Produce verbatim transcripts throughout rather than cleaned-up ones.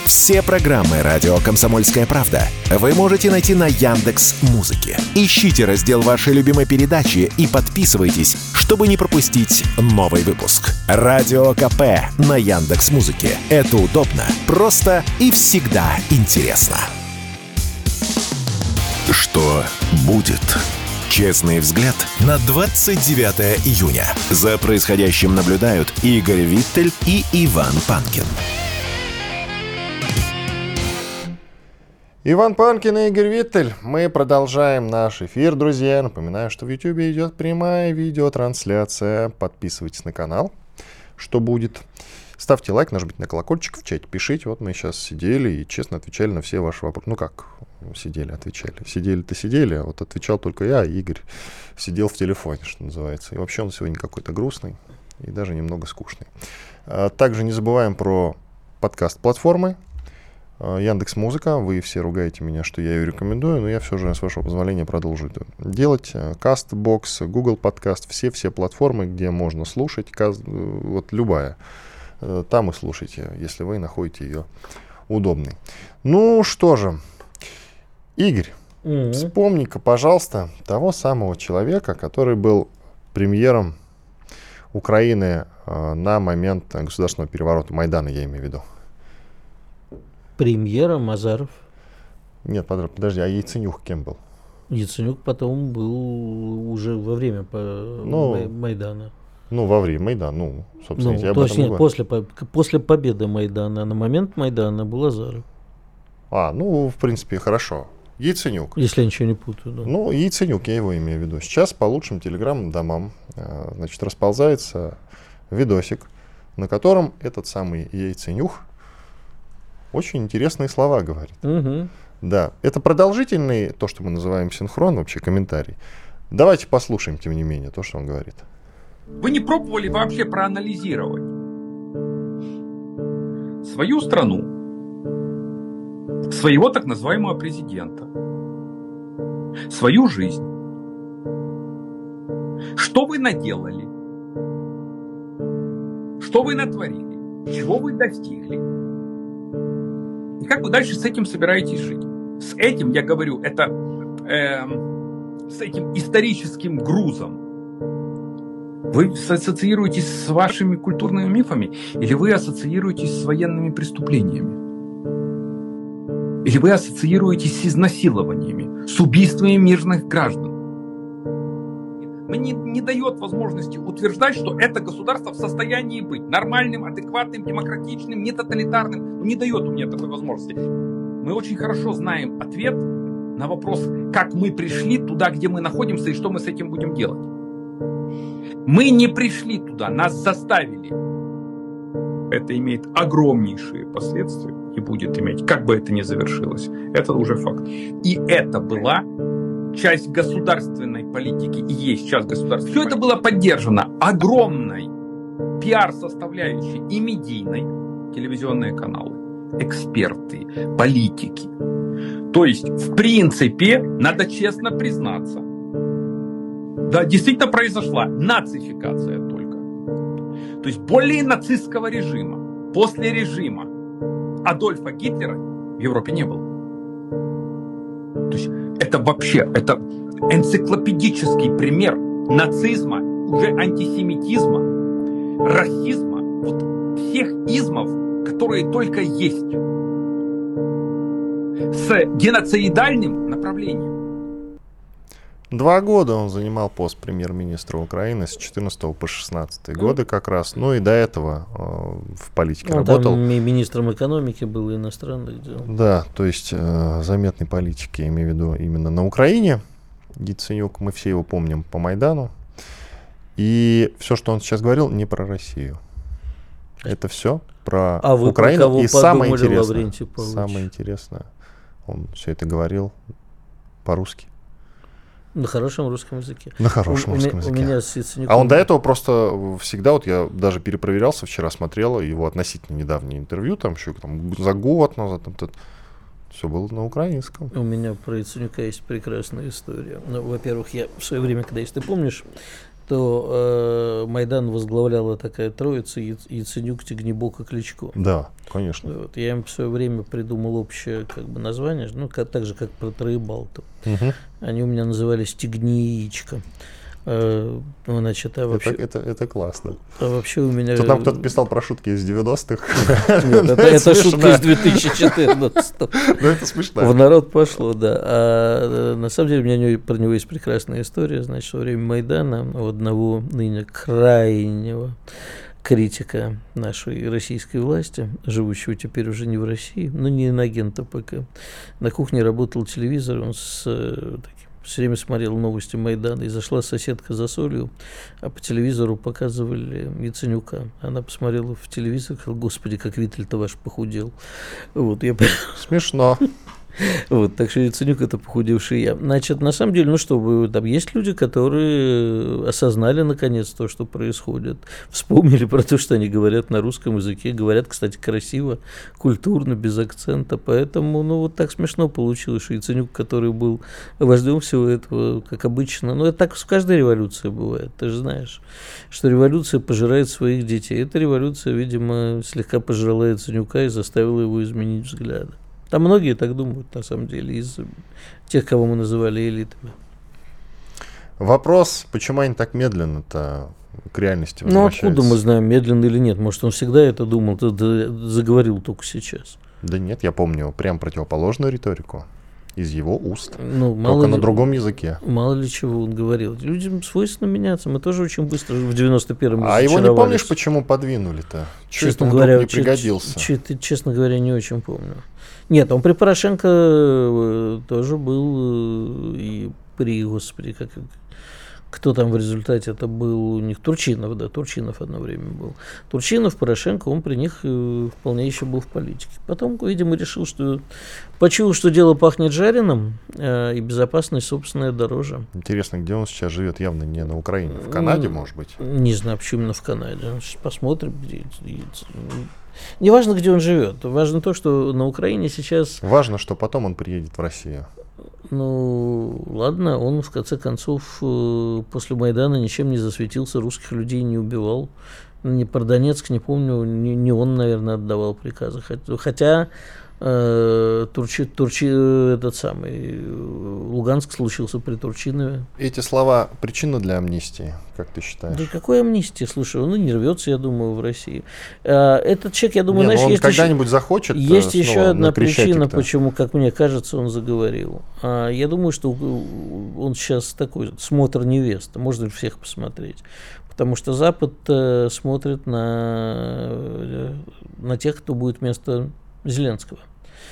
Все программы «Радио Комсомольская правда» вы можете найти на Яндекс.Музыке. Ищите раздел вашей любимой передачи и подписывайтесь, чтобы не пропустить новый выпуск. Радио КП на Яндекс.Музыке. Это удобно, просто и всегда интересно. Что будет? Честный взгляд на двадцать девятое июня. За происходящим наблюдают Игорь Виттель и Иван Панкин. Иван Панкин и Игорь Виттель. Мы продолжаем наш эфир, друзья. Напоминаю, что в Ютьюбе идет прямая видеотрансляция. Подписывайтесь на канал. Что будет? Ставьте лайк, нажмите на колокольчик, в чате пишите. Вот мы сейчас сидели и честно отвечали на все ваши вопросы. Ну как сидели, отвечали? Сидели-то сидели, а вот отвечал только я, а Игорь сидел в телефоне, что называется. И вообще он сегодня какой-то грустный и даже немного скучный. А также не забываем про подкаст-платформы. Яндекс.Музыка. Вы все ругаете меня, что я ее рекомендую, но я все же, с вашего позволения, продолжу это делать. Castbox, Google Podcast, все-все платформы, где можно слушать, вот любая. Там и слушайте, если вы находите ее удобной. Ну что же, Игорь, mm-hmm. вспомни-ка, пожалуйста, того самого человека, который был премьером Украины э, на момент государственного переворота, Майдана, я имею в виду. Премьера Мазаров. Нет, подожди, а Яценюк кем был? Яценюк потом был уже во время по... ну, Майдана. Ну, во время Майдана, ну, собственно, ну, я то об есть этом нет, после, после победы Майдана, на момент Майдана был Азаров. А, ну, в принципе, хорошо. Яценюк. Если я ничего не путаю, да. Ну, Яценюк, я его имею в виду. Сейчас по лучшим телеграм домам, значит, расползается видосик, на котором этот самый Яценюк очень интересные слова говорит. Угу. Да, это продолжительный, то, что мы называем синхрон, вообще комментарий. Давайте послушаем, тем не менее, то, что он говорит. Вы не пробовали вообще проанализировать свою страну, своего так называемого президента, свою жизнь? Что вы наделали? Что вы натворили? Чего вы достигли? И как вы дальше с этим собираетесь жить? С этим, я говорю, это э, с этим историческим грузом. Вы ассоциируетесь с вашими культурными мифами, или вы ассоциируетесь с военными преступлениями? Или вы ассоциируетесь с изнасилованиями, с убийствами мирных граждан? Мне не дает возможности утверждать, что это государство в состоянии быть нормальным, адекватным, демократичным, не тоталитарным. Не дает у меня такой возможности. Мы очень хорошо знаем ответ на вопрос, как мы пришли туда, где мы находимся, и что мы с этим будем делать. Мы не пришли туда, нас заставили. Это имеет огромнейшие последствия и будет иметь, как бы это ни завершилось. Это уже факт. И это была часть государственной политики и есть часть государственной. Все это было поддержано огромной пиар-составляющей и медийной, телевизионные каналы, эксперты, политики. То есть, в принципе, надо честно признаться, да, действительно произошла нацификация только. То есть, более нацистского режима, после режима Адольфа Гитлера в Европе не было. То есть, это вообще, это энциклопедический пример нацизма, уже антисемитизма, расизма, вот всех измов, которые только есть, с геноцидальным направлением. Два года он занимал пост премьер-министра Украины с четырнадцатого по шестнадцатый годы как раз. Ну и до этого э, в политике ну, работал. Там министром экономики был, иностранных дел. Да, то есть э, заметной политики, я имею в виду именно на Украине. Яценюк, мы все его помним по Майдану. И все, что он сейчас говорил, не про Россию. Это все про а вы Украину. Про кого и самое интересное, Лаврентий Павлович? самое интересное, он все это говорил по-русски. На хорошем русском языке. На хорошем у, русском у языке. Меня с Яценюком... А он до этого просто всегда, вот я даже перепроверялся, вчера смотрел его относительно недавнее интервью, там еще там, за год назад, там, там, все было на украинском. У меня про Яценюка есть прекрасная история. Ну, во-первых, я в свое время, когда, если ты помнишь, что э, Майдан возглавляла такая троица: Я- Яценюк, Тягнебок и Кличко. Да, конечно. Вот. Я им в свое время придумал общее как бы название, ну, как, так же, как про Троебалтов. Мгм. Они у меня назывались Тягни Яичко. Э, ну, значит, а вообще, Это, это, это классно. а вообще у меня... Тут нам кто-то писал про шутки из девяностых. Нет, это, это шутка из две тысячи четырнадцатого. Ну, это смешно. В народ пошло, да. А э, на самом деле у меня не- про него есть прекрасная история. Значит, во время Майдана у одного ныне крайнего критика нашей российской власти, живущего теперь уже не в России, но не иноагента ПК, на кухне работал телевизор, он с, э, таким, все время смотрел новости Майдана, и зашла соседка за солью, а по телевизору показывали Яценюка. Она посмотрела в телевизор и сказала: «Господи, как Виттель-то ваш похудел». Вот, я Смешно. вот, так что Яценюк — это похудевший я. Значит, на самом деле, ну что, вы- там есть люди, которые осознали наконец то, что происходит, вспомнили про то, что они говорят на русском языке, говорят, кстати, красиво, культурно, без акцента, поэтому, ну, вот так смешно получилось, что Яценюк, который был вождем всего этого, как обычно, ну, это так в каждой революции бывает, ты же знаешь, что революция пожирает своих детей. Эта революция, видимо, слегка пожрала Яценюка и заставила его изменить взгляды. Там многие так думают, на самом деле, из тех, кого мы называли элитами. Вопрос, почему они так медленно-то к реальности Ну, возвращаются? откуда мы знаем, медленно или нет? Может, он всегда это думал, ты д- заговорил только сейчас. Да нет, я помню прям противоположную риторику из его уст. Ну, мало Только на ли- другом языке. Мало ли чего он говорил. Людям свойственно меняться. Мы тоже очень быстро в девяносто первом А его не разочаровались. помнишь, почему подвинули-то? Чего это Честно он говоря, вдруг не че- пригодился? че- че- честно говоря, не очень помню. Нет, он при Порошенко э, тоже был, э, и при, господи, как, кто там в результате это был у них? Турчинов, да, Турчинов одно время был. Турчинов, Порошенко, он при них э, вполне еще был в политике. Потом, видимо, решил, что почуял, что дело пахнет жареным, э, и безопасность собственная дороже. Интересно, где он сейчас живет? Явно не на Украине. В Канаде, М, может быть? Не знаю, почему именно в Канаде. Сейчас посмотрим. Где, где- не важно, где он живет. Важно то, что на Украине сейчас, Важно, что потом он приедет в Россию. ну, ладно, он в конце концов э, после Майдана ничем не засветился, русских людей не убивал. Не про Донецк, не помню, не, не он, наверное, отдавал приказы. Хотя, хотя э, Турчи, Турчи, этот самый, э, Луганск случился при Турчинове. Эти слова причина для амнистии, как ты считаешь? Да какой амнистии? Слушай, он и не рвется, я думаю, в России. А, этот человек, я думаю, Не, ну знаешь, он есть еще, когда-нибудь захочет. э, есть снова еще одна на Крещатик-то. причина, почему, как мне кажется, он заговорил. А, я думаю, что он сейчас такой смотр невест. Можно всех посмотреть. Потому что Запад э, смотрит на, э, на тех, кто будет вместо Зеленского.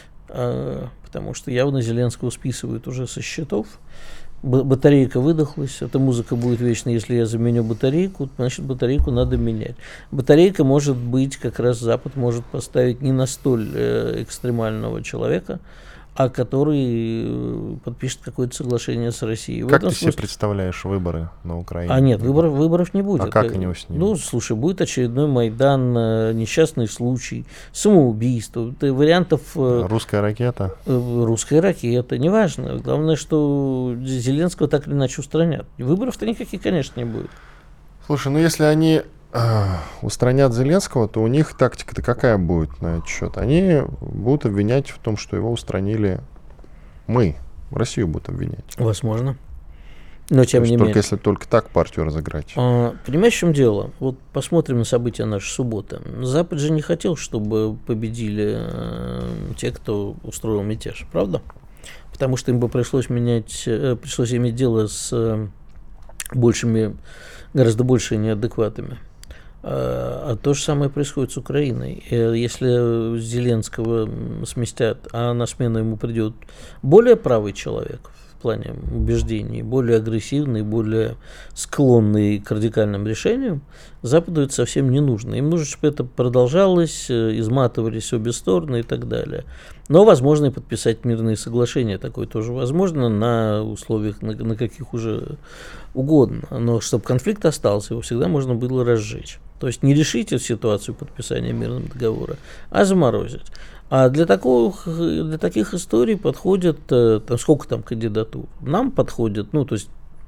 А, потому что явно Зеленского списывают уже со счетов. Б- батарейка выдохлась, эта музыка будет вечно. Если я заменю батарейку, значит, батарейку надо менять. Батарейка может быть, как раз Запад может поставить не на столь э, экстремального человека, а который э, подпишет какое-то соглашение с Россией. В Как этом ты себе смысле- представляешь выборы на Украине? А нет, выборов, выборов не будет. А как Э, они его снимут? Ну, слушай, будет очередной Майдан, э, несчастный случай, самоубийство. Это вариантов э, Русская ракета? э, русская ракета, неважно. Главное, что Зеленского так или иначе устранят. Выборов-то никаких, конечно, не будет. Слушай, ну если они э, устранят Зеленского, то у них тактика-то какая будет на этот счет? Они будут обвинять в том, что его устранили мы. Россию будут обвинять. Возможно. Но тем То есть не только менее. если только так партию разыграть. А, понимаешь, в чем дело? Вот посмотрим на события нашей субботы. Запад же не хотел, чтобы победили э, те, кто устроил мятеж, правда? Потому что им бы пришлось менять, э, пришлось иметь дело с э, большими, гораздо большими неадекватами. А, а то же самое происходит с Украиной. Э, Если Зеленского м, сместят, а на смену ему придет более правый человек в плане убеждений, более агрессивный, более склонный к радикальным решениям, Западу это совсем не нужно. Им нужно, чтобы это продолжалось, э, изматывались обе стороны и так далее. Но возможно и подписать мирные соглашения. Такое тоже возможно на условиях, на, на каких уже угодно. Но чтобы конфликт остался, его всегда можно было разжечь. То есть не решить эту ситуацию подписания мирного договора, а заморозить. А для, такого, для таких историй подходят, э, там, сколько там кандидатур? Нам подходят, ну, то есть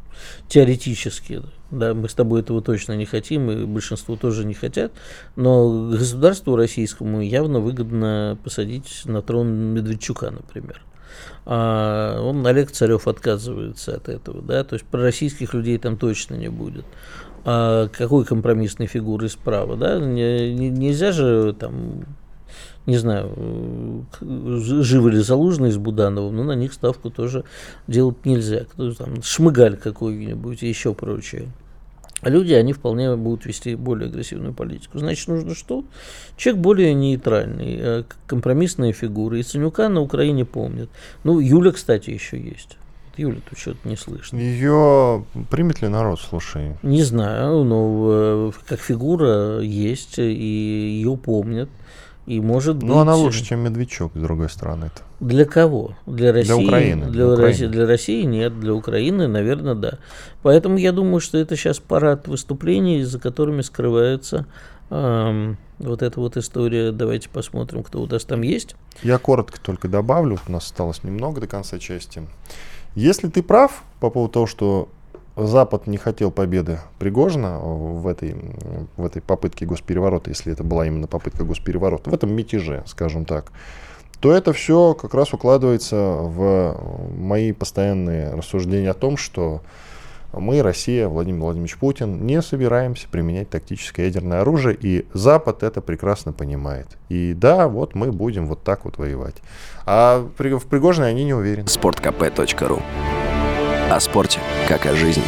теоретически, да, мы с тобой этого точно не хотим, и большинство тоже не хотят, но государству российскому явно выгодно посадить на трон Медведчука, например. А он, Олег Царев, отказывается от этого, да, то есть пророссийских людей там точно не будет. А какой компромиссной фигуры справа, да, не, не, нельзя же там, не знаю, живы ли Залужный с Будановым, но на них ставку тоже делать нельзя. Кто там, Шмыгаль какой-нибудь и еще прочее. А люди, они вполне будут вести более агрессивную политику. Значит, нужно что? Человек более нейтральный, компромиссная фигура. И Ценюка на Украине помнят. Ну, Юля, кстати, еще есть. Юля, тут что-то не слышно. Ее примет ли народ, слушай? Не знаю, но как фигура есть, и ее помнят. И может быть... Ну, она лучше, чем Медведчук, с другой стороны-то. Для кого? Для России? Для Украины. Для, для, России, Украины. для России нет, для Украины, наверное, да. Поэтому я думаю, что это сейчас парад выступлений, за которыми скрывается эм, вот эта вот история. Давайте посмотрим, кто у нас там есть. Я коротко только добавлю, у нас осталось немного до конца части. Если ты прав по поводу того, что Запад не хотел победы Пригожина в этой, в этой попытке госпереворота, если это была именно попытка госпереворота, в этом мятеже, скажем так, то это все как раз укладывается в мои постоянные рассуждения о том, что мы, Россия, Владимир Владимирович Путин, не собираемся применять тактическое ядерное оружие, и Запад это прекрасно понимает. И да, вот мы будем вот так вот воевать. А в Пригожине они не уверены. спорткп точка ру. О спорте, как о жизни.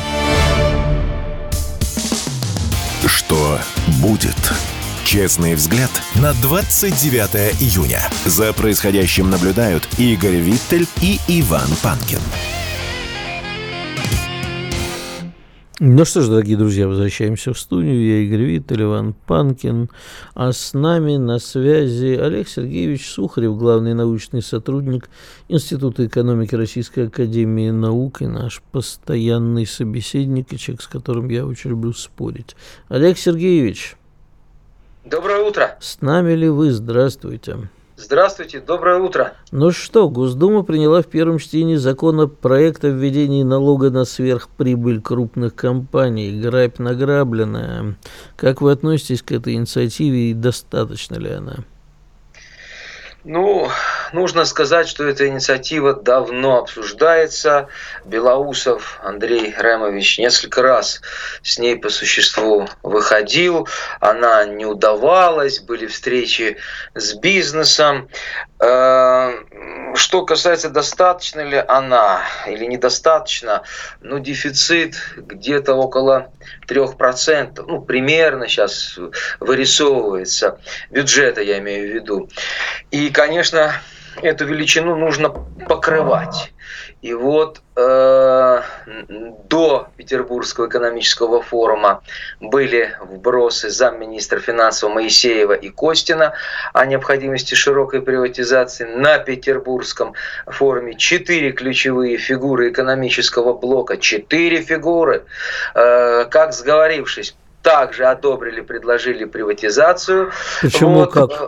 Что будет? Честный взгляд на двадцать девятое июня. За происходящим наблюдают Игорь Виттель и Иван Панкин. Ну что ж, дорогие друзья, возвращаемся в студию. Я Игорь Виттель, Иван Панкин. А с нами на связи Олег Сергеевич Сухарев, главный научный сотрудник Института экономики Российской академии наук и наш постоянный собеседник, и человек, с которым я очень люблю спорить. Олег Сергеевич. Доброе утро. С нами ли вы? Здравствуйте. Здравствуйте, доброе утро. Ну что, Госдума приняла в первом чтении законопроект о введении налога на сверхприбыль крупных компаний. Грабь награбленная. Как вы относитесь к этой инициативе и достаточно ли она? Ну, нужно сказать, что эта инициатива давно обсуждается. Белоусов Андрей Ремович несколько раз с ней по существу выходил. Она не удавалась, были встречи с бизнесом. Что касается, достаточно ли она или недостаточно, ну, дефицит где-то около трех процентов, ну, примерно сейчас вырисовывается, бюджета я имею в виду. И, конечно, эту величину нужно покрывать. И вот э, до Петербургского экономического форума были вбросы замминистра финансов Моисеева и Костина о необходимости широкой приватизации. На Петербургском форуме четыре ключевые фигуры экономического блока, четыре фигуры, э, как сговорившись, также одобрили, предложили приватизацию. Почему вот. как?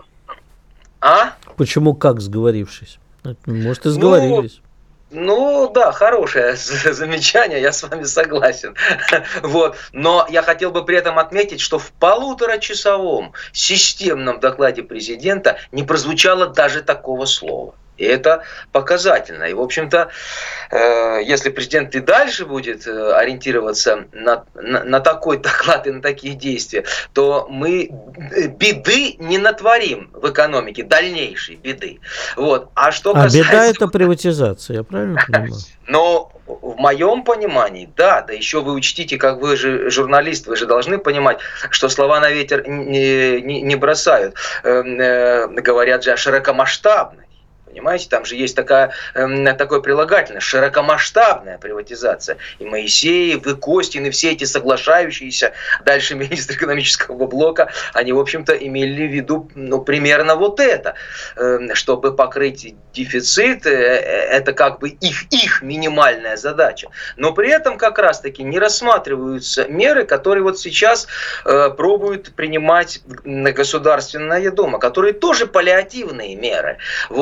А? Почему как сговорившись? Может, и сговорились. Ну, ну да, хорошее замечание, я с вами согласен. Вот. Но я хотел бы при этом отметить, что в полуторачасовом системном докладе президента не прозвучало даже такого слова. И это показательно. И, в общем-то, э, если президент и дальше будет ориентироваться на, на, на такой доклад и на такие действия, то мы беды не натворим в экономике, дальнейшей беды. Вот. А что а касается... беда – это приватизация, я правильно понимаю? Но в моем понимании, да, да еще вы учтите, как вы же журналист, вы же должны понимать, что слова на ветер не, не, не бросают. Э, э, говорят же о широкомасштабной. Понимаете, там же есть такая, э, такое прилагательное, широкомасштабная приватизация. И Моисеев, и Костин, и все эти соглашающиеся, дальше министр экономического блока, они, в общем-то, имели в виду, ну, примерно вот это. Э, чтобы покрыть дефицит, э, это как бы их, их минимальная задача. Но при этом как раз-таки не рассматриваются меры, которые вот сейчас э, пробуют принимать Государственная Дума, которые тоже паллиативные меры. Вот. Но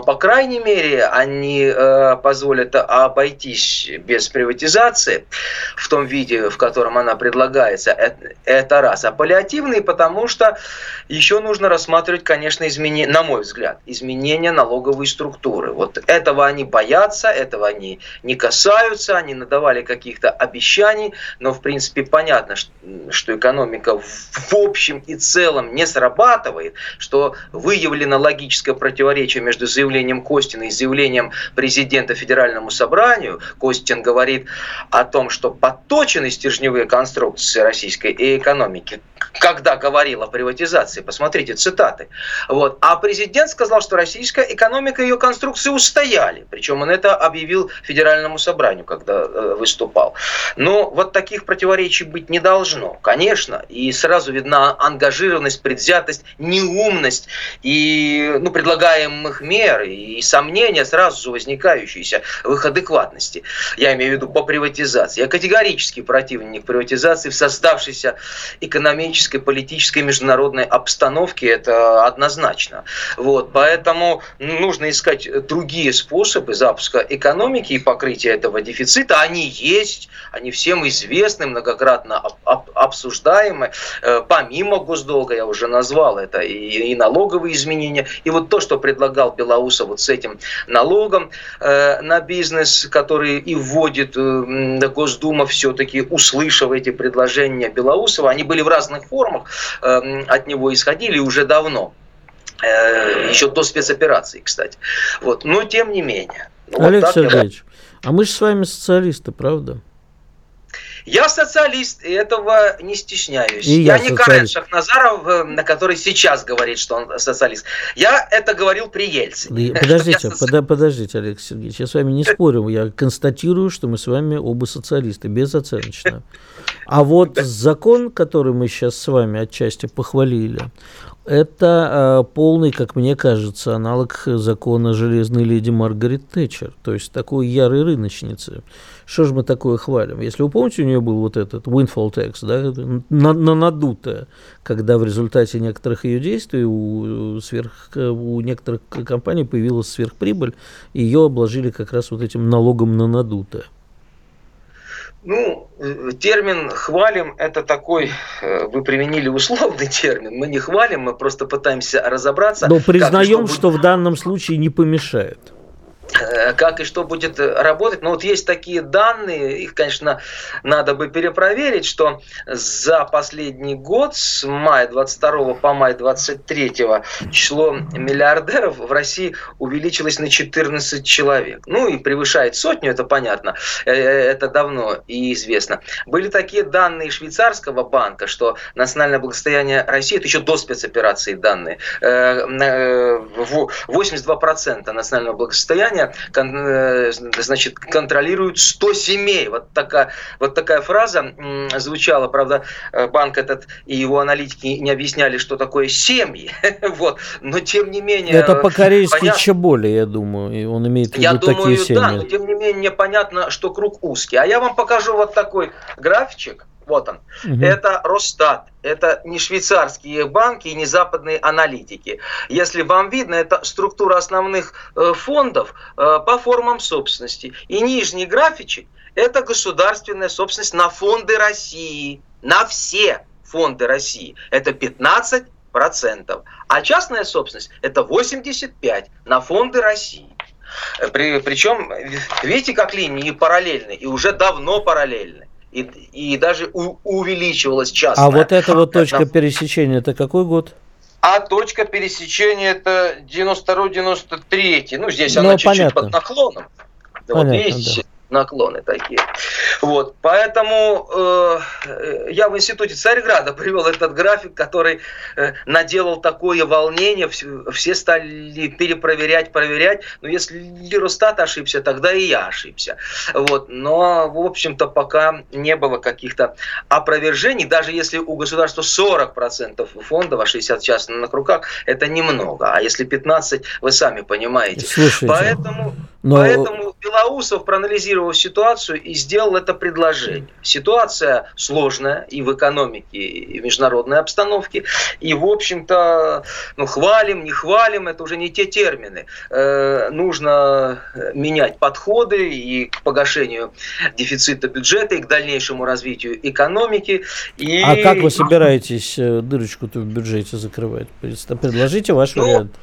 по крайней мере, они э, позволят обойтись без приватизации в том виде, в котором она предлагается. Это, это раз. А паллиативные, потому что еще нужно рассматривать, конечно, изменения, на мой взгляд, изменения налоговой структуры. Вот этого они боятся, этого они не касаются, они надавали каких-то обещаний, но, в принципе, понятно, что, что экономика в общем и целом не срабатывает, что выявлено логическое противоречие между заявлением Костина и заявлением президента Федеральному собранию. Костин говорит о том, что подточены стержневые конструкции российской экономики, когда говорил о приватизации. Посмотрите цитаты. Вот. А президент сказал, что российская экономика и ее конструкции устояли. Причем он это объявил Федеральному собранию, когда э, выступал. Но вот таких противоречий быть не должно. Конечно. И сразу видна ангажированность, предвзятость, неумность и ну, предлагаемых мер, и сомнения сразу же возникающиеся в их адекватности. Я имею в виду по приватизации. Я категорически противник приватизации в создавшейся экономической, политической, международной обстановке. Это однозначно. Вот. Поэтому нужно искать другие способы запуска экономики и покрытия этого дефицита. Они есть, они всем известны, многократно обсуждаемы. Помимо госдолга, я уже назвал это, и, и налоговые изменения. И вот то, что предлагал Белоусов вот с этим налогом э, на бизнес, который и вводит э, Госдума, все-таки услышав эти предложения Белоусова, они были в разных формах, э, от него исходили уже давно. Э, еще до спецоперации, кстати. Вот. Но тем не менее. Олег вот Сергеевич, я... а мы же с вами социалисты, правда? Я социалист, и этого не стесняюсь. И я я не Карен Шахназаров, на который сейчас говорит, что он социалист. Я это говорил при Ельцине. Подождите, соци... подождите, Олег Сергеевич, я с вами не спорю, я констатирую, что мы с вами оба социалисты, безоценочно. А вот закон, который мы сейчас с вами отчасти похвалили, это э, полный, как мне кажется, аналог закона железной леди Маргарет Тэтчер, то есть такой ярой рыночницы. Что же мы такое хвалим? Если вы помните, у нее был вот этот windfall tax, да, на, на надутое, когда в результате некоторых ее действий у, сверх, у некоторых компаний появилась сверхприбыль, и ее обложили как раз вот этим налогом на надутое. Ну, термин «хвалим» – это такой, вы применили условный термин, мы не хвалим, мы просто пытаемся разобраться. Но признаем, как, что, что в данном случае не помешает. Как и что будет работать. Но вот есть такие данные, их, конечно, надо бы перепроверить, что за последний год, с мая двадцать второго по май двадцать третьего, число миллиардеров в России увеличилось на четырнадцать человек. Ну и превышает сотню, это понятно, это давно и известно. Были такие данные швейцарского банка, что национальное благосостояние России, это еще до спецоперации данные, восемьдесят два процента национального благосостояния значит, контролируют сто семей. Вот такая, вот такая фраза звучала. Правда, банк этот и его аналитики не объясняли, что такое семьи. Вот. Но тем не менее... Это по-корейски понятно... чеболи, я думаю. И он имеет в виду я такие думаю, семьи. Да, но тем не менее понятно, что круг узкий. А я вам покажу вот такой графичек. Вот он. Угу. Это Росстат. Это не швейцарские банки и не западные аналитики. Если вам видно, это структура основных э, фондов э, по формам собственности. И нижний графичек – это государственная собственность на фонды России. На все фонды России. Это пятнадцать процентов. А частная собственность – это восемьдесят пять процентов на фонды России. При, причем, видите, как линии параллельны, и уже давно параллельны. И, и даже у, увеличивалась частная. А вот эта вот точка пересечения, это какой год? А точка пересечения это девяносто второй девяносто третий. Ну, здесь ну, она чуть-чуть понятно. под наклоном. Понятно, вот видите, да. Наклоны такие. Вот, поэтому э, я в институте Царьграда привел этот график, который э, наделал такое волнение, все, все стали перепроверять, проверять. Но если Росстат ошибся, тогда и я ошибся. Вот, но, в общем-то, пока не было каких-то опровержений. Даже если у государства сорок процентов фондов, а шестьдесят процентов частных руках, это немного. А если пятнадцать процентов, вы сами понимаете. Слушайте, поэтому, но... поэтому Белоусов проанализировал ситуацию и сделал это предложение. Ситуация сложная и в экономике, и в международной обстановке. И, в общем-то, ну, хвалим, не хвалим, это уже не те термины. Э, нужно менять подходы и к погашению дефицита бюджета, и к дальнейшему развитию экономики. И... А как вы собираетесь дырочку-то в бюджете закрывать? Предложите ваш ну, вариант.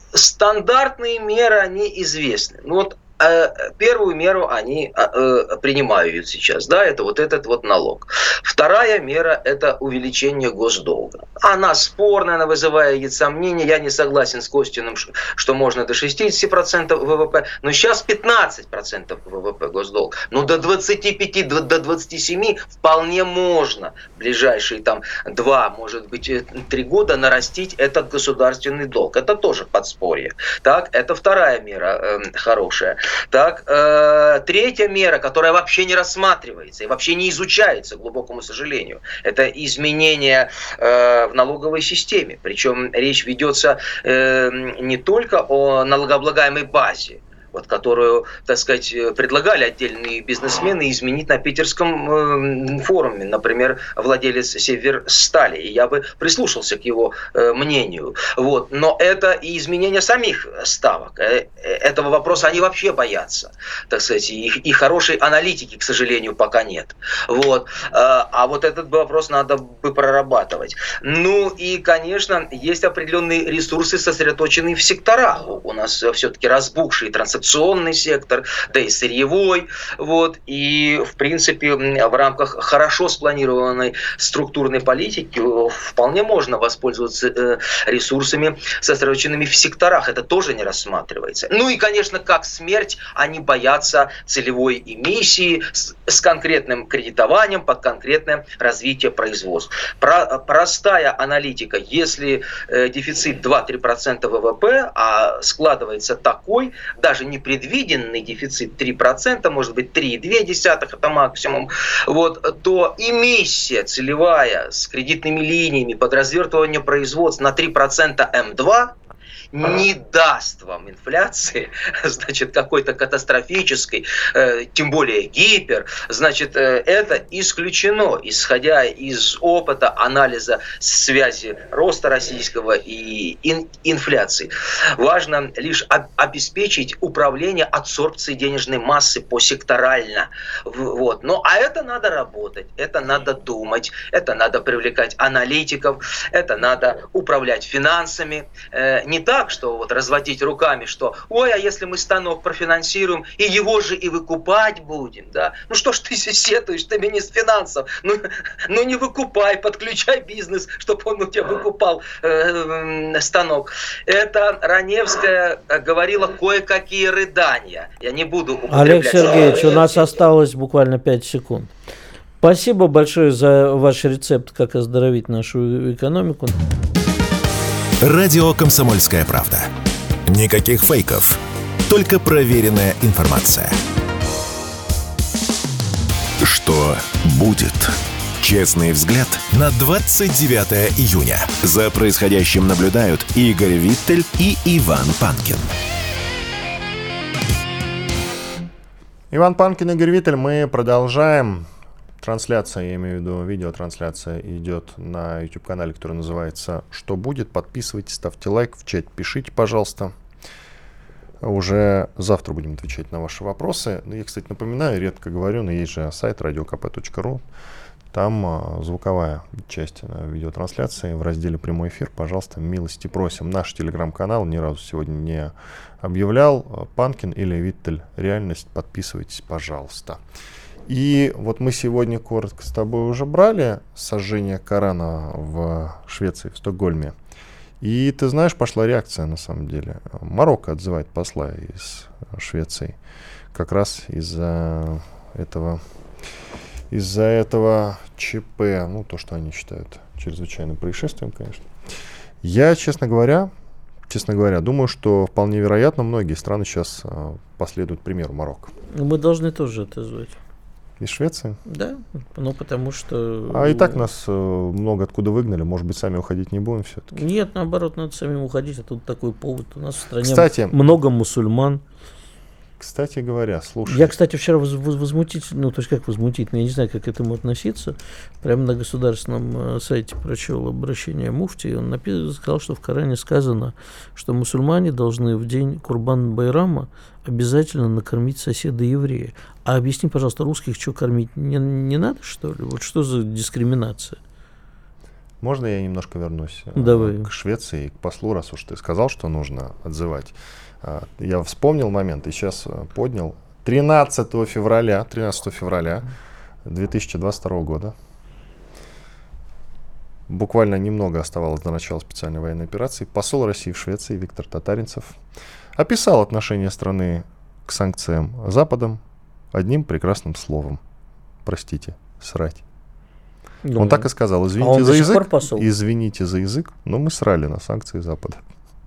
Стандартные меры, они известны. Ну, вот первую меру они э, принимают сейчас, да, это вот этот вот налог. Вторая мера – это увеличение госдолга. Она спорная, она вызывает сомнения. Я не согласен с Костиным, что можно до шестидесяти процентов ВВП, но сейчас пятнадцать процентов ВВП госдолг. Но до двадцати пяти, до двадцати семи вполне можно в ближайшие там два, может быть, три года нарастить этот государственный долг. Это тоже подспорье. Так, это вторая мера э, хорошая. Так, э, третья мера, которая вообще не рассматривается и вообще не изучается, к глубокому сожалению, это изменения э, в налоговой системе. Причем речь ведется э, не только о налогооблагаемой базе, вот, которую, так сказать, предлагали отдельные бизнесмены изменить на питерском э, форуме, например, владелец Северстали. И я бы прислушался к его э, мнению. Вот. Но это и изменение самих ставок. Э, этого вопроса они вообще боятся. Так сказать, и, и хорошей аналитики, к сожалению, пока нет. Вот. А, а вот этот вопрос надо бы прорабатывать. Ну и, конечно, есть определенные ресурсы, сосредоточенные в секторах. У нас все-таки разбухший трансакционный сектор, да и сырьевой. Вот. И, в принципе, в рамках хорошо спланированной структурной политики вполне можно воспользоваться ресурсами, сосредоточенными в секторах. Это тоже не рассматривается. Ну и, конечно, как смерть, они боятся целевой эмиссии с, с конкретным кредитованием под конкретное развитие производства. Про, простая аналитика. Если э, дефицит два-три процента ВВП, а складывается такой, даже не предвиденный дефицит три процента, может быть три и две десятых, это максимум, вот, то эмиссия целевая с кредитными линиями под развертывание производства на три процента эм два не даст вам инфляции, значит, какой-то катастрофической, э, тем более гипер, значит, э, это исключено, исходя из опыта анализа связи роста российского и ин- инфляции. Важно лишь об- обеспечить управление адсорбцией денежной массы посекторально. Вот. Ну, а это надо работать, это надо думать, это надо привлекать аналитиков, это надо управлять финансами. Э, не так, что вот разводить руками, что ой, а если мы станок профинансируем, и его же и выкупать будем, да? Ну что ж ты сетуешь, ты министр финансов, ну, ну не выкупай, подключай бизнес, чтобы он у тебя выкупал э, станок. Это Раневская говорила кое-какие рыдания. Я не буду употреблять. Олег Сергеевич, у нас осталось буквально пять секунд. Спасибо большое за ваш рецепт, как оздоровить нашу экономику. Радио «Комсомольская правда». Никаких фейков, только проверенная информация. Что будет? Честный взгляд на двадцать девятое июня. За происходящим наблюдают Игорь Виттель и Иван Панкин. Иван Панкин, Игорь Виттель. Мы продолжаем. Трансляция, я имею в виду, видеотрансляция идет на YouTube-канале, который называется «Что будет?». Подписывайтесь, ставьте лайк, в чат пишите, пожалуйста. Уже завтра будем отвечать на ваши вопросы. Я, кстати, напоминаю, редко говорю, но есть же сайт радио ка пэ точка ру. Там а, звуковая часть видеотрансляции в разделе «Прямой эфир». Пожалуйста, милости просим. Наш телеграм-канал ни разу сегодня не объявлял. Панкин или Виттель «Реальность». Подписывайтесь, пожалуйста. И вот мы сегодня коротко с тобой уже брали сожжение Корана в Швеции, в Стокгольме. И ты знаешь, пошла реакция на самом деле. Марокко отзывает посла из Швеции. Как раз из-за этого, из-за этого ЧП. Ну, то, что они считают чрезвычайным происшествием, конечно. Я, честно говоря, честно говоря, думаю, что вполне вероятно, многие страны сейчас последуют примеру Марокко. Мы должны тоже это звать. Из Швеции? Да, ну потому что... А и так нас э, много откуда выгнали, может быть, сами уходить не будем все-таки? Нет, наоборот, надо самим уходить, а тут такой повод. У нас в стране Кстати, много мусульман. Кстати говоря, слушай. Я, кстати, вчера воз, воз, возмутительно, ну, то есть как возмутительно, я не знаю, как к этому относиться. Прямо на государственном сайте прочел обращение муфти, и он написал, сказал, что в Коране сказано, что мусульмане должны в день Курбан-Байрама обязательно накормить соседа еврея. А объясни, пожалуйста, русских что, кормить не, не надо, что ли? Вот что за дискриминация? Можно я немножко вернусь Давай. к Швеции, к послу, раз уж ты сказал, что нужно отзывать. Я вспомнил момент и сейчас поднял. тринадцатого февраля две тысячи двадцать второго года, буквально немного оставалось до начала специальной военной операции, посол России в Швеции Виктор Татаринцев описал отношение страны к санкциям Западом одним прекрасным словом. Простите, срать. Ну, он так и сказал: извините а за язык, извините за язык, но мы срали на санкции Запада.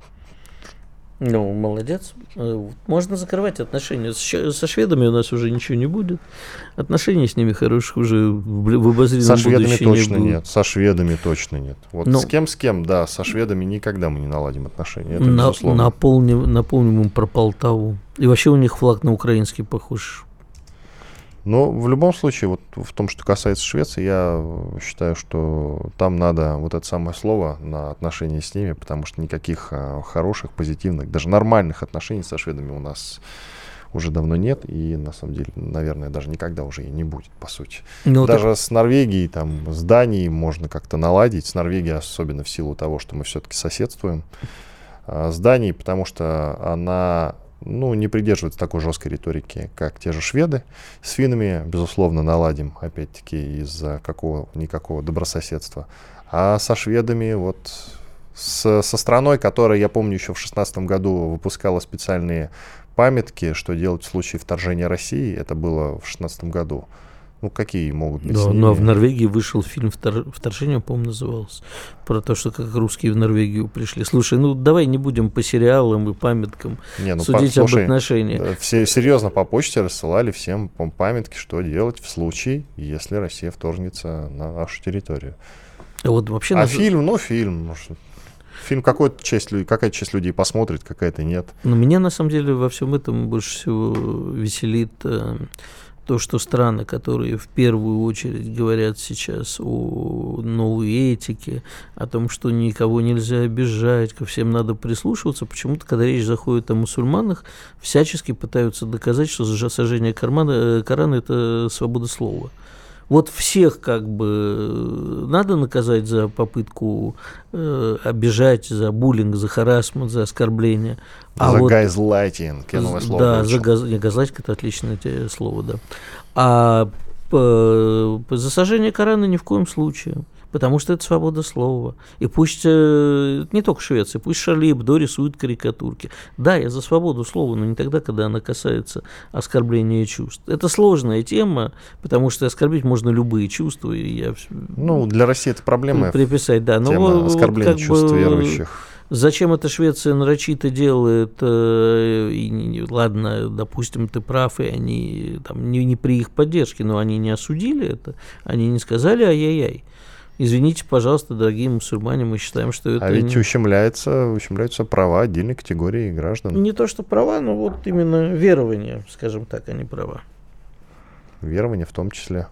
Ну, молодец. Можно закрывать отношения. Со шведами у нас уже ничего не будет. Отношений с ними хороших уже в обозримом будущем не будет. Со шведами точно нет. Со шведами точно нет. Вот но, с кем, с кем, да, со шведами никогда мы не наладим отношения. Это на, безусловно. Наполним, напомним им про Полтаву. И вообще у них флаг на украинский похож. Но в любом случае, вот в том, что касается Швеции, я считаю, что там надо вот это самое слово на отношения с ними, потому что никаких а, хороших, позитивных, даже нормальных отношений со шведами у нас уже давно нет, и на самом деле, наверное, даже никогда уже и не будет, по сути. Ну, даже так... с Норвегией, там, с Данией можно как-то наладить, с Норвегией особенно в силу того, что мы все-таки соседствуем, а, с Данией, потому что она... ну, не придерживается такой жесткой риторики, как те же шведы. С финнами, безусловно, наладим, опять-таки, из-за какого-никакого добрососедства. А со шведами, вот, с, со страной, которая, я помню, еще в шестнадцатом году выпускала специальные памятки, что делать в случае вторжения России, это было в шестнадцатом году. Ну, какие могут быть? Да, но в Норвегии вышел фильм «Вторжение», по-моему, назывался, про то, что как русские в Норвегию пришли. Слушай, ну давай не будем по сериалам и памяткам не, ну, судить по, слушай, об отношениях. Да, все серьезно по почте рассылали всем памятки, что делать в случае, если Россия вторгнется на нашу территорию. Вот вообще а нас... фильм, ну фильм, может, фильм какой-то часть, какая-то часть людей посмотрит, какая-то нет. Но меня на самом деле во всем этом больше всего веселит то, что страны, которые в первую очередь говорят сейчас о новой этике, о том, что никого нельзя обижать, ко всем надо прислушиваться, почему-то, когда речь заходит о мусульманах, всячески пытаются доказать, что сожжение Корана, Корана – это свобода слова. Вот всех как бы надо наказать за попытку э, обижать, за буллинг, за харассмент, за оскорбление. А за вот, газлайтинг, я новое слово Да, за газ, не, газлайтинг – это отличное слово, да. А по, по, за сожжение Корана ни в коем случае. Потому что это свобода слова. И пусть, э, не только в Швеции, пусть Шарли Эбдо рисует карикатурки. Да, я за свободу слова, но не тогда, когда она касается оскорбления чувств. Это сложная тема, потому что оскорбить можно любые чувства. И я, ну, для России это проблема. Приписать, да. Но тема вот, оскорбления как чувств бы, верующих. Зачем это Швеция нарочито делает? Э, и, ладно, допустим, ты прав, и они там, не, не при их поддержке, но они не осудили это, они не сказали ай-яй-яй. Извините, пожалуйста, дорогие мусульмане, мы считаем, что это... А ведь не... ущемляется, ущемляются права отдельной категории граждан. Не то, что права, но вот именно верование, скажем так, а не права. Верование в том числе.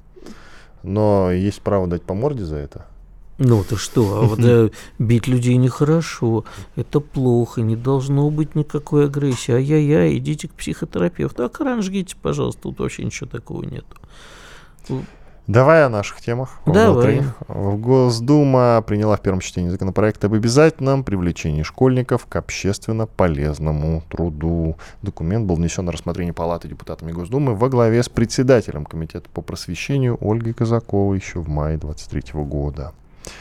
Но есть право дать по морде за это? Ну, ты что, а вот э, бить людей нехорошо, это плохо, не должно быть никакой агрессии. Ай-яй-яй, идите к психотерапевту, а Коран жгите, пожалуйста, тут вообще ничего такого нету. Давай о наших темах. Давай. Госдума приняла в первом чтении законопроект об обязательном привлечении школьников к общественно полезному труду. Документ был внесен на рассмотрение Палаты депутатами Госдумы во главе с председателем Комитета по просвещению Ольгой Казаковой еще в мае двадцать третьего года.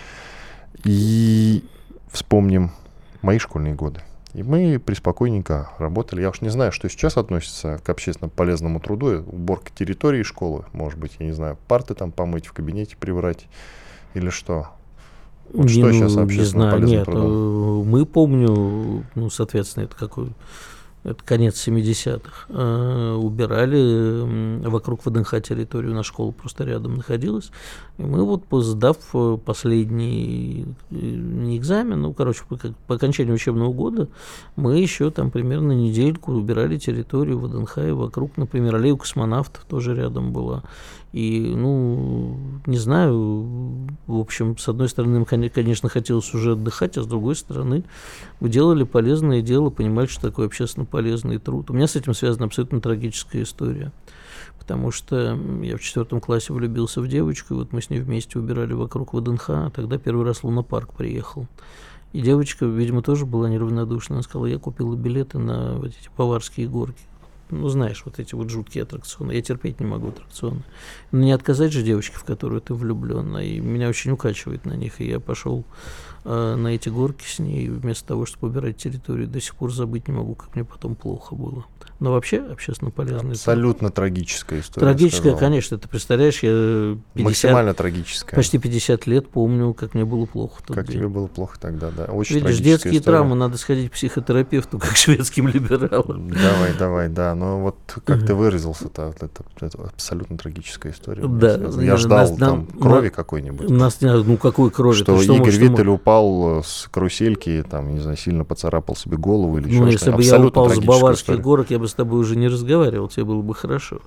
И вспомним мои школьные годы. И мы преспокойненько работали. Я уж не знаю, что сейчас относится к общественно полезному труду. Уборка территории школы, может быть, я не знаю, парты там помыть, в кабинете прибрать или что. Вот не, что ну, сейчас общественно не знаю, полезным нет, трудом? Мы помню, ну, соответственно, это какой... это конец семидесятых, э, убирали э, вокруг ВДНХ территорию, на школу просто рядом находилась. И мы вот, сдав последний не экзамен, ну, короче, по, по окончанию учебного года, мы еще там примерно недельку убирали территорию ВДНХ и вокруг, например, аллею космонавтов тоже рядом была. И, ну, не знаю, в общем, с одной стороны, конечно, хотелось уже отдыхать, а с другой стороны, вы делали полезное дело, понимали, что такое общественно полезный труд. У меня с этим связана абсолютно трагическая история, потому что я в четвертом классе влюбился в девочку, и вот мы с ней вместе убирали вокруг ВДНХ, а тогда первый раз Лунапарк приехал. И девочка, видимо, тоже была неравнодушна, она сказала, я купила билеты на вот эти Баварские горки. Ну, знаешь, вот эти вот жуткие аттракционы. Я терпеть не могу аттракционы. Но не отказать же девочке, в которую ты влюблен. И меня очень укачивает на них. И я пошел э, на эти горки с ней. Вместо того, чтобы убирать территорию, до сих пор забыть не могу, как мне потом плохо было. Но вообще общественно полезная. Абсолютно трагическая история. Трагическая, конечно. Ты представляешь, я пятьдесят, максимально трагическая. Почти пятьдесят лет помню, как мне было плохо. Как день. Тебе было плохо тогда, да. Очень Видишь, детские история. Травмы, надо сходить к психотерапевту, как шведским либералам. Давай, давай, да. Но вот как ты выразился-то, это, это абсолютно трагическая история. Да. Я ждал нас, там нам, крови на, какой-нибудь. Нас, ну, какой крови? Что что, Игорь что Виттель мы... упал с карусельки, там, не знаю, сильно поцарапал себе голову или ну, еще если что-то. бы я упал с Баварских горок, я бы с тобой уже не разговаривал, тебе было бы хорошо.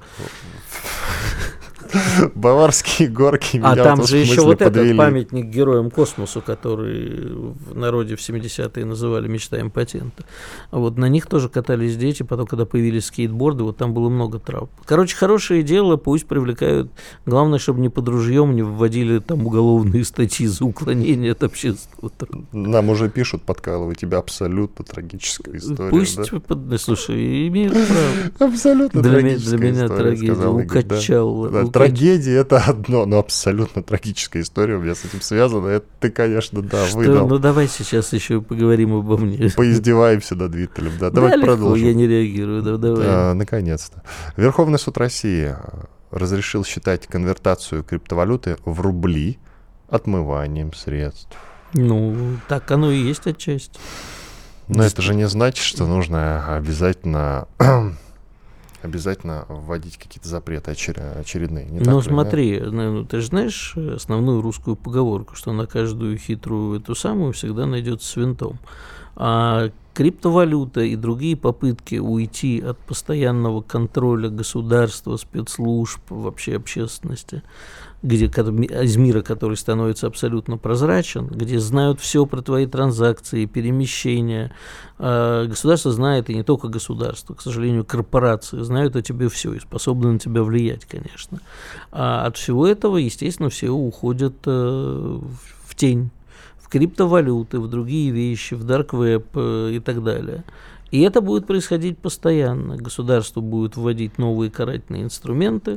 Баварские горки меня а там же еще вот подвели. Этот памятник героям космосу, который в народе в семидесятые называли «Мечта импотента». А вот на них тоже катались дети, потом, когда появились скейтборды, вот там было много травм. Короче, хорошее дело, пусть привлекают. Главное, чтобы не под ружьем не вводили там уголовные статьи за уклонение от общественного труда. Нам уже пишут, подкалывай, тебя абсолютно трагическая история. Пусть, да? под... слушай, имеют право. Абсолютно для трагическая Для меня история, трагедия, укачал. Да. Да, трагедия — это одно, но абсолютно трагическая история у меня с этим связана. Это ты, конечно, да, что? выдал. Ну, давай сейчас еще поговорим обо мне. Поиздеваемся над Виттелем. Да, давай да, продолжим. Я не реагирую, да, давай. Да, наконец-то. Верховный суд России разрешил считать конвертацию криптовалюты в рубли отмыванием средств. Ну, так оно и есть отчасти. Но это же не значит, что нужно обязательно... обязательно вводить какие-то запреты очер- очередные. Не ну, так смотри, ли, да? ну, ты же знаешь основную русскую поговорку, что на каждую хитрую эту самую всегда найдется с винтом. А криптовалюта и другие попытки уйти от постоянного контроля государства, спецслужб, вообще общественности, где, из мира, который становится абсолютно прозрачен, где знают все про твои транзакции, перемещения. Государство знает, и не только государство, к сожалению, корпорации знают о тебе все и способны на тебя влиять, конечно. А от всего этого, естественно, все уходят в тень, в криптовалюты, в другие вещи, в дарк-веб и так далее. И это будет происходить постоянно. Государство будет вводить новые карательные инструменты,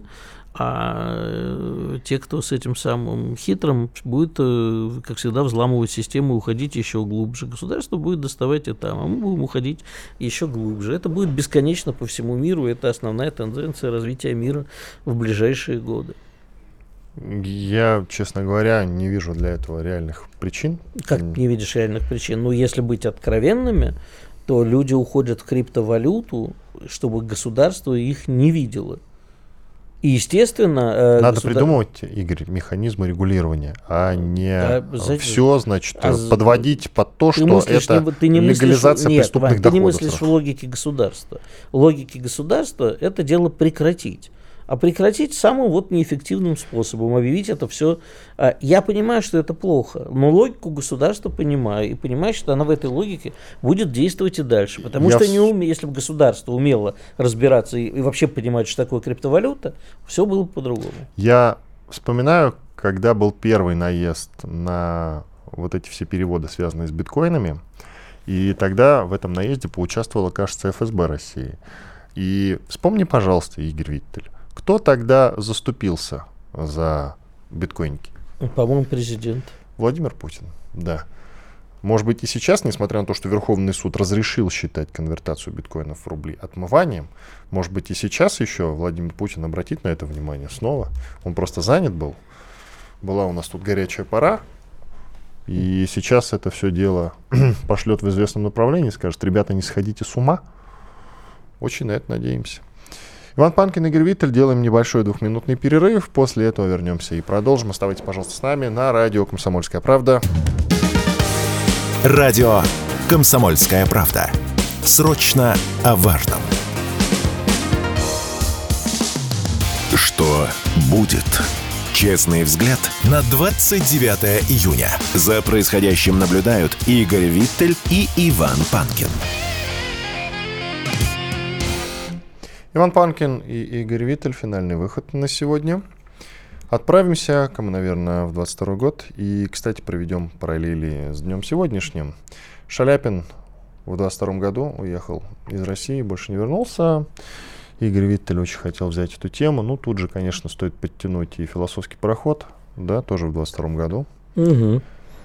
а те, кто с этим самым хитрым, будет, как всегда, взламывать систему и уходить еще глубже. Государство будет доставать и там, а мы будем уходить еще глубже. Это будет бесконечно по всему миру. Это основная тенденция развития мира в ближайшие годы. Я, честно говоря, не вижу для этого реальных причин. Как не видишь реальных причин? Ну, если быть откровенными, то люди уходят в криптовалюту, чтобы государство их не видело. И, естественно... Надо государ... придумывать, Игорь, механизмы регулирования, а не а, все, значит, а, подводить под то, что мыслишь, это не, ты не легализация мыслишь, преступных нет, доходов. Ты не мыслишь в логике государства. Логике государства это дело прекратить. А прекратить самым вот неэффективным способом, объявить это все. Я понимаю, что это плохо, но логику государства понимаю, и понимаю, что она в этой логике будет действовать и дальше. Потому Я что не уме... если бы государство умело разбираться и, и вообще понимать, что такое криптовалюта, все было бы по-другому. Я вспоминаю, когда был первый наезд на вот эти все переводы, связанные с биткоинами, и тогда в этом наезде поучаствовала, кажется, эф эс бэ России. И вспомни, пожалуйста, Игорь Виттель, кто тогда заступился за биткоинки? По-моему, президент. Владимир Путин, да. Может быть, и сейчас, несмотря на то, что Верховный суд разрешил считать конвертацию биткоинов в рубли отмыванием, может быть, и сейчас еще Владимир Путин обратит на это внимание снова. Он просто занят был. Была у нас тут горячая пора. И сейчас это все дело пошлет в известном направлении, скажет: ребята, не сходите с ума. Очень на это надеемся. Иван Панкин, Игорь Виттель. Делаем небольшой двухминутный перерыв. После этого вернемся и продолжим. Оставайтесь, пожалуйста, с нами на радио «Комсомольская правда». Радио «Комсомольская правда». Срочно о важном. Что будет? Честный взгляд на двадцать девятое июня. За происходящим наблюдают Игорь Виттель и Иван Панкин. Иван Панкин и Игорь Виттель. Финальный выход на сегодня. Отправимся, мы, наверное, в двадцать второй год. И, кстати, проведем параллели с днем сегодняшним. Шаляпин в двадцать втором году уехал из России, больше не вернулся. Игорь Виттель очень хотел взять эту тему. Ну, тут же, конечно, стоит подтянуть и философский пароход, да, тоже в двадцать втором году. Угу.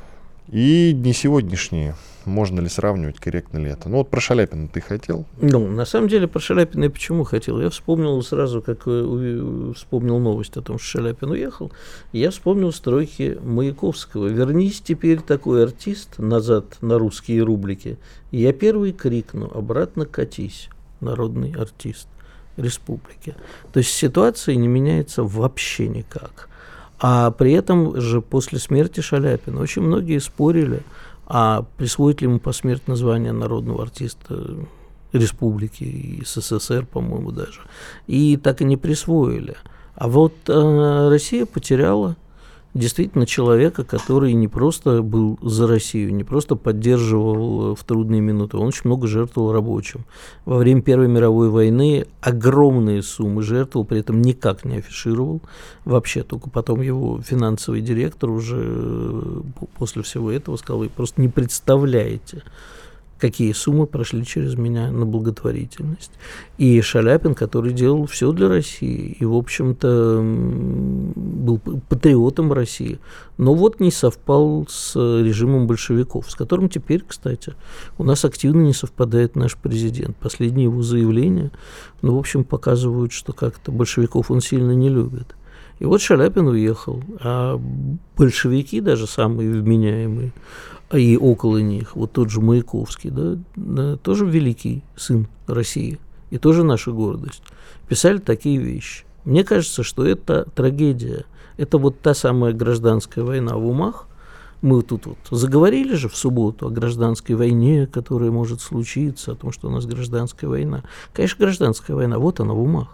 И дни сегодняшние. Можно ли сравнивать, корректно ли это? Ну, вот про Шаляпина ты хотел? Ну, на самом деле, про Шаляпина я почему хотел? Я вспомнил сразу, как вспомнил новость о том, что Шаляпин уехал, я вспомнил строки Маяковского. «Вернись теперь, такой артист, назад на русские рублики. Я первый крикну, обратно катись, народный артист республики». То есть ситуация не меняется вообще никак. А при этом же после смерти Шаляпина очень многие спорили, а присвоить ли ему посмертное звание народного артиста республики и СССР, по-моему, даже. И так и не присвоили. А вот э, Россия потеряла действительно человека, который не просто был за Россию, не просто поддерживал в трудные минуты, он очень много жертвовал рабочим. Во время Первой мировой войны огромные суммы жертвовал, при этом никак не афишировал вообще, только потом его финансовый директор уже после всего этого сказал: вы просто не представляете, какие суммы прошли через меня на благотворительность. И Шаляпин, который делал все для России, и, в общем-то, был патриотом России, но вот не совпал с режимом большевиков, с которым теперь, кстати, у нас активно не совпадает наш президент. Последние его заявления, ну, в общем, показывают, что как-то большевиков он сильно не любит. И вот Шаляпин уехал, а большевики, даже самые вменяемые, и около них, вот тот же Маяковский, да, да, тоже великий сын России, и тоже наша гордость, писали такие вещи. Мне кажется, что это трагедия, это вот та самая гражданская война в умах. Мы тут вот заговорили же в субботу о гражданской войне, которая может случиться, о том, что у нас гражданская война. Конечно, гражданская война, вот она в умах.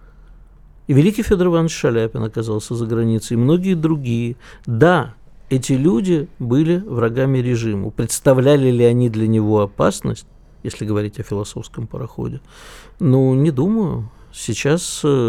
И великий Федор Иванович Шаляпин оказался за границей, и многие другие. Да, эти люди были врагами режима. Представляли ли они для него опасность, если говорить о философском пароходе? Ну, не думаю. Сейчас э,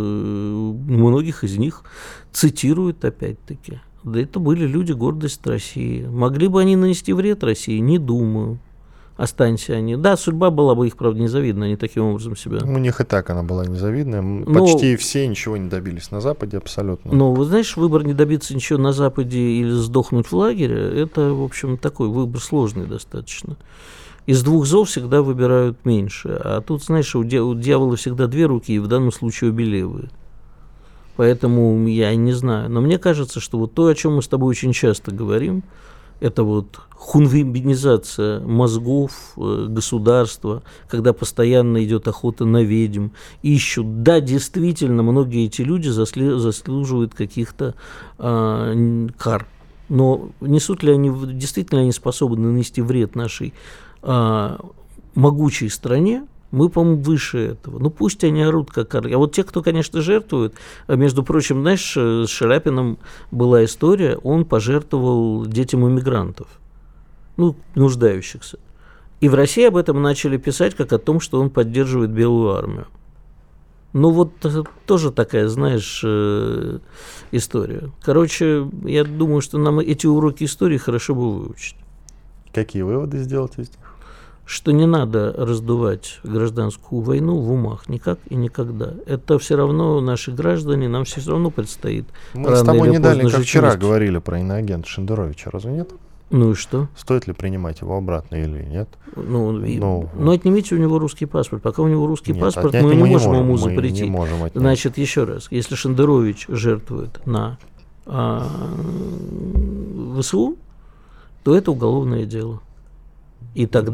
многих из них цитируют опять-таки. Да это были люди, гордость России. Могли бы они нанести вред России? Не думаю. Останься они. Да, судьба была бы их, правда, незавидна, они таким образом себя... У них и так она была незавидная. Почти но, все ничего не добились на Западе, абсолютно. Но, вы знаешь, выбор не добиться ничего на Западе или сдохнуть в лагере, это, в общем, такой выбор сложный достаточно. Из двух зол всегда выбирают меньше. А тут, знаешь, у дьявола всегда две руки, и в данном случае обе левые. Поэтому я не знаю. Но мне кажется, что вот то, о чем мы с тобой очень часто говорим, это вот хунвейбинизация мозгов э, государства, когда постоянно идет охота на ведьм, ищут. Да, действительно, многие эти люди засли, заслуживают каких-то э, кар. Но несут ли они, действительно они способны нанести вред нашей э, могучей стране? Мы, по-моему, выше этого. Ну, пусть они орут как орли. А вот те, кто, конечно, жертвует, между прочим, знаешь, с Шаляпиным была история, он пожертвовал детям иммигрантов, ну, нуждающихся. И в России об этом начали писать, как о том, что он поддерживает Белую армию. Ну, вот тоже такая, знаешь, история. Короче, я думаю, что нам эти уроки истории хорошо бы выучить. Какие выводы сделать из них? Что не надо раздувать гражданскую войну в умах никак и никогда. Это все равно наши граждане, нам все равно предстоит. Мы с тобой не далее, как вчера говорили про иноагента Шендеровича, разве нет? Ну и что? Стоит ли принимать его обратно или нет? Ну, ну, ну отнимите у него русский паспорт. Пока у него русский нет, паспорт, мы не можем ему запретить. Мы не можем отнять. Значит, еще раз, если Шендерович жертвует на а, ВСУ, то это уголовное дело. И тогда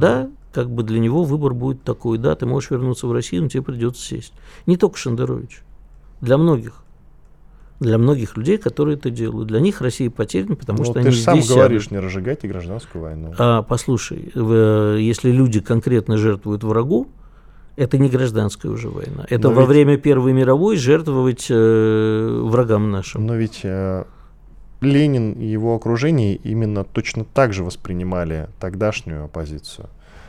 как бы для него выбор будет такой: да, ты можешь вернуться в Россию, но тебе придется сесть. Не только Шендерович, для многих. Для многих людей, которые это делают. Для них Россия потеряна, потому ну, что ты они же сам здесь говоришь, сядут. не разжигайте гражданскую войну. А, послушай, в, если люди конкретно жертвуют врагу, это не гражданская уже война. Это Но во ведь... время Первой мировой жертвовать э, врагам нашим. Но ведь э, Ленин и его окружение именно точно так же воспринимали тогдашнюю оппозицию.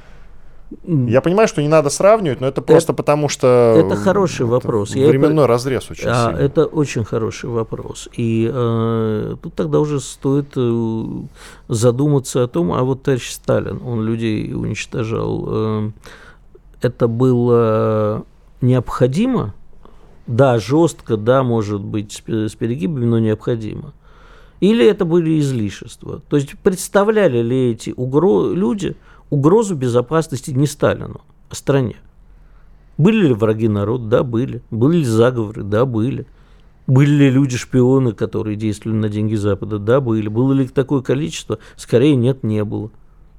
Я понимаю, что не надо сравнивать, но это просто это, потому, что... Это хороший это вопрос. Временной Я разрез очень а, сильный. Это очень хороший вопрос. И э, тут тогда уже стоит э, задуматься о том, а вот товарищ Сталин, он людей уничтожал. Э, это было необходимо? Да, жестко, да, может быть, с перегибами, но необходимо. Или это были излишества? То есть представляли ли эти угро- люди... угрозу безопасности не Сталину, а стране. Были ли враги народа? Да, были. Были ли заговоры? Да, были. Были ли люди-шпионы, которые действовали на деньги Запада? Да, были. Было ли их такое количество? Скорее, нет, не было.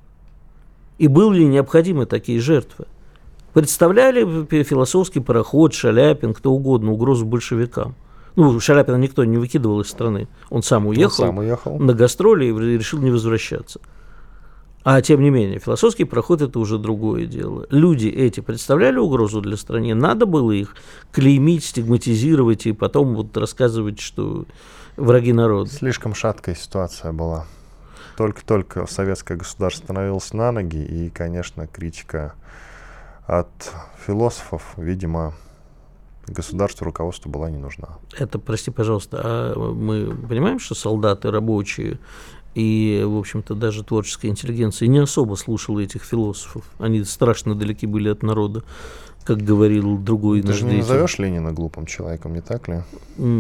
И были ли необходимы такие жертвы? Представляли философский пароход, Шаляпин, кто угодно, угрозу большевикам? Ну, Шаляпина никто не выкидывал из страны. Он сам уехал, Он сам уехал. на гастроли и решил не возвращаться. А тем не менее, философский проход – это уже другое дело. Люди эти представляли угрозу для страны? Надо было их клеймить, стигматизировать и потом вот рассказывать, что враги народа. Слишком шаткая ситуация была. Только-только советское государство становилось на ноги, и, конечно, критика от философов, видимо, государству, руководству была не нужна. Это, прости, пожалуйста, а мы понимаем, что солдаты, рабочие и, в общем-то, даже творческая интеллигенция не особо слушала этих философов. Они страшно далеки были от народа, как говорил другой наш деятель. Ты же не назовешь Ленина глупым человеком, не так ли?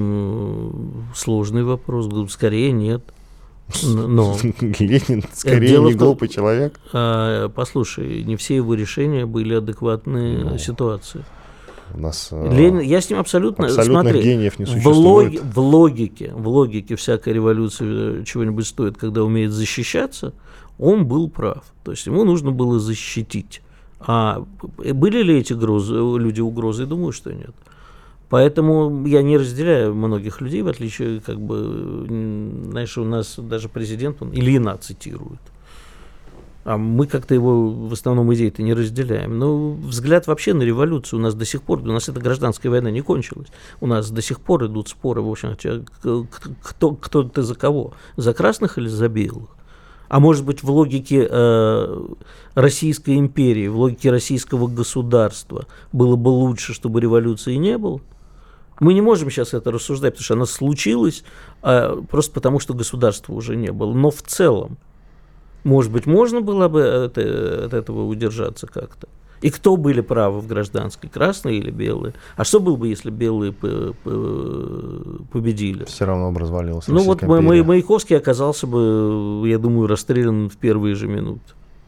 Сложный вопрос. Скорее нет. Но Ленин скорее не глупый человек. Послушай, не все его решения были адекватны ну, ситуации. У нас Ленин, я с ним абсолютно, абсолютных смотри, гениев не в, существует. лог, в логике, в логике всякой революции чего-нибудь стоит, когда умеет защищаться, он был прав. То есть ему нужно было защитить. А были ли эти грозы, люди угрозы? Думаю, что нет. Поэтому я не разделяю многих людей, в отличие, как бы, знаешь, у нас даже президент, он Ильина цитирует. А мы как-то его в основном идеи-то не разделяем. Но взгляд вообще на революцию у нас до сих пор, у нас эта гражданская война не кончилась. У нас до сих пор идут споры, в общем, кто, кто ты за кого? За красных или за белых? А может быть, в логике э, Российской империи, в логике российского государства было бы лучше, чтобы революции не было? Мы не можем сейчас это рассуждать, потому что она случилась э, просто потому, что государства уже не было. Но в целом, может быть, можно было бы от, от этого удержаться как-то? И кто были правы в гражданской, красные или белые? А что было бы, если белые победили? Все равно бы развалилась Ну вот империя. Маяковский оказался бы, я думаю, расстрелян в первые же минуты.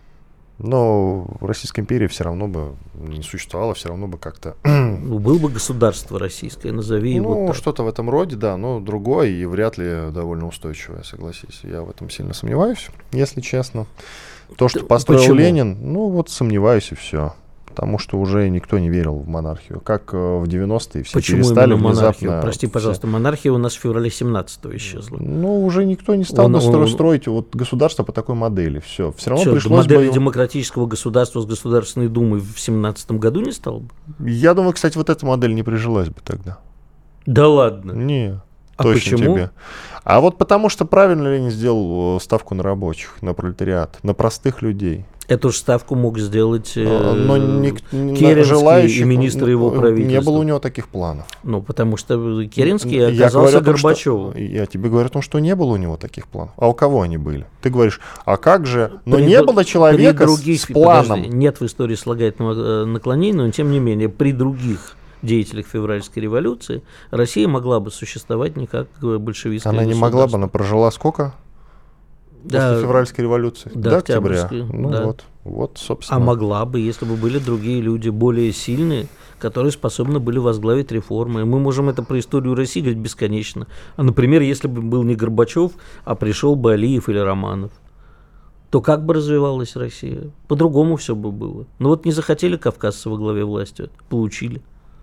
Но Российской империи все равно бы не существовало, все равно бы как-то... Ну, было бы государство российское, назови его Ну, так. что-то в этом роде, да, но другое и вряд ли довольно устойчивое, согласись. Я в этом сильно сомневаюсь, если честно. То, что построил Почему? Ленин, ну вот сомневаюсь и все. Потому что уже никто не верил в монархию. Как в девяностые все Почему перестали именно монархию? внезапно... Прости, пожалуйста, монархия у нас в феврале семнадцатого исчезла. Ну, уже никто не стал Он- настро- он- строить вот государство по такой модели. Все, все равно Чё, пришлось модель бы... демократического государства с Государственной Думой в семнадцатом году не стал бы? Я думаю, кстати, вот эта модель не прижилась бы тогда. Да ладно. Не, А точно почему? тебе. А вот потому что правильно Ленин сделал э, ставку на рабочих, на пролетариат, на простых людей. Эту же ставку мог сделать э, Э, Но ник- Керенский желающих, и министр его э, правительства. Не было у него таких планов. Ну, потому что Керенский Я оказался говорю о том, что- Горбачевым. Я тебе говорю о том, что не было у него таких планов. А у кого они были? Ты говоришь, а как же? Но При не дру- было человека при других, с, с планом. подожди, нет в истории слагательного э, наклонения, но тем не менее при других деятелях февральской революции Россия могла бы существовать не как э, большевистское Она не могла бы, государство. она прожила сколько? Да, После февральской революции? до октября. Октябрьской, Ну да. вот, вот, собственно. А могла бы, если бы были другие люди более сильные, которые способны были возглавить реформы. И мы можем это про историю России говорить бесконечно. А, например, если бы был не Горбачев, а пришел бы Алиев или Романов. то как бы развивалась Россия? По-другому все бы было. Но вот не захотели кавказцы во главе власти, получили.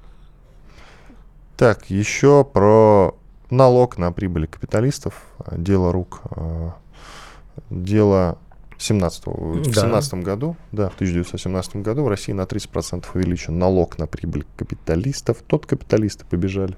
Так, еще про налог на прибыль капиталистов. Дело рук. Дело семнадцатого, в Да. семнадцатом году, да, в тысяча девятьсот семнадцатом году в России на тридцать процентов увеличен налог на прибыль капиталистов. Тот капиталисты побежали.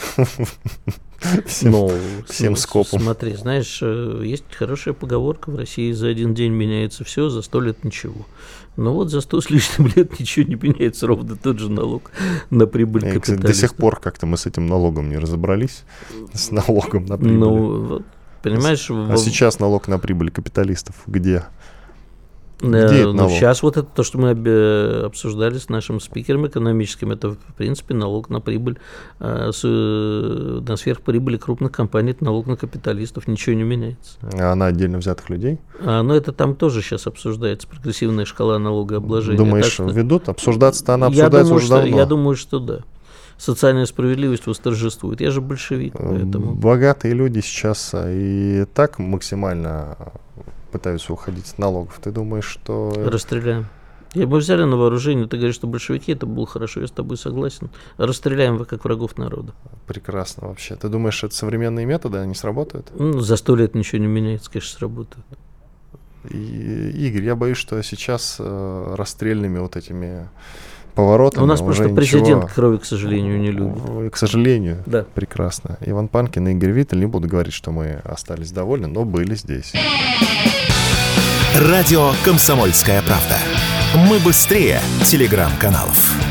Всем, Но, всем с- скопом. Смотри, знаешь, э, есть хорошая поговорка: в России за один день меняется все, за сто лет ничего. Но вот за сто с лишним лет ничего не меняется, ровно тот же налог на прибыль И, кстати, капиталистов. до сих пор как-то мы с этим налогом не разобрались. С налогом на прибыль. Ну, вот, понимаешь, А во- сейчас налог на прибыль капиталистов где? э, где это ну, налог? сейчас вот это то, что мы обе- обсуждали с нашим спикером экономическим, это, в принципе, налог на прибыль, э, с, э, на сверхприбыли крупных компаний, это налог на капиталистов, ничего не меняется. А на отдельно взятых людей? А, но это там тоже сейчас обсуждается, прогрессивная шкала налогообложения. Думаешь, Так что- ведут? Обсуждаться-то она я обсуждается думаю, уже что, давно. я думаю, что да. Социальная справедливость восторжествует. Я же большевик, поэтому... Богатые люди сейчас а, и так максимально пытаются уходить от налогов. Ты думаешь, что... Расстреляем. Я бы взяли на вооружение, ты говоришь, что большевики, это было хорошо, я с тобой согласен. Расстреляем вы как врагов народа. Прекрасно вообще. Ты думаешь, это современные методы, они сработают? Ну, за сто лет ничего не меняется, конечно, сработает. И, Игорь, я боюсь, что сейчас э, расстрельными вот этими поворотами У нас уже просто президент ничего- крови, к сожалению, не любит. Ой, к сожалению. Да. Прекрасно. Иван Панкин и Игорь Виттель, не буду говорить, что мы остались довольны, но были здесь. Радио «Комсомольская правда». Мы быстрее телеграм-каналов.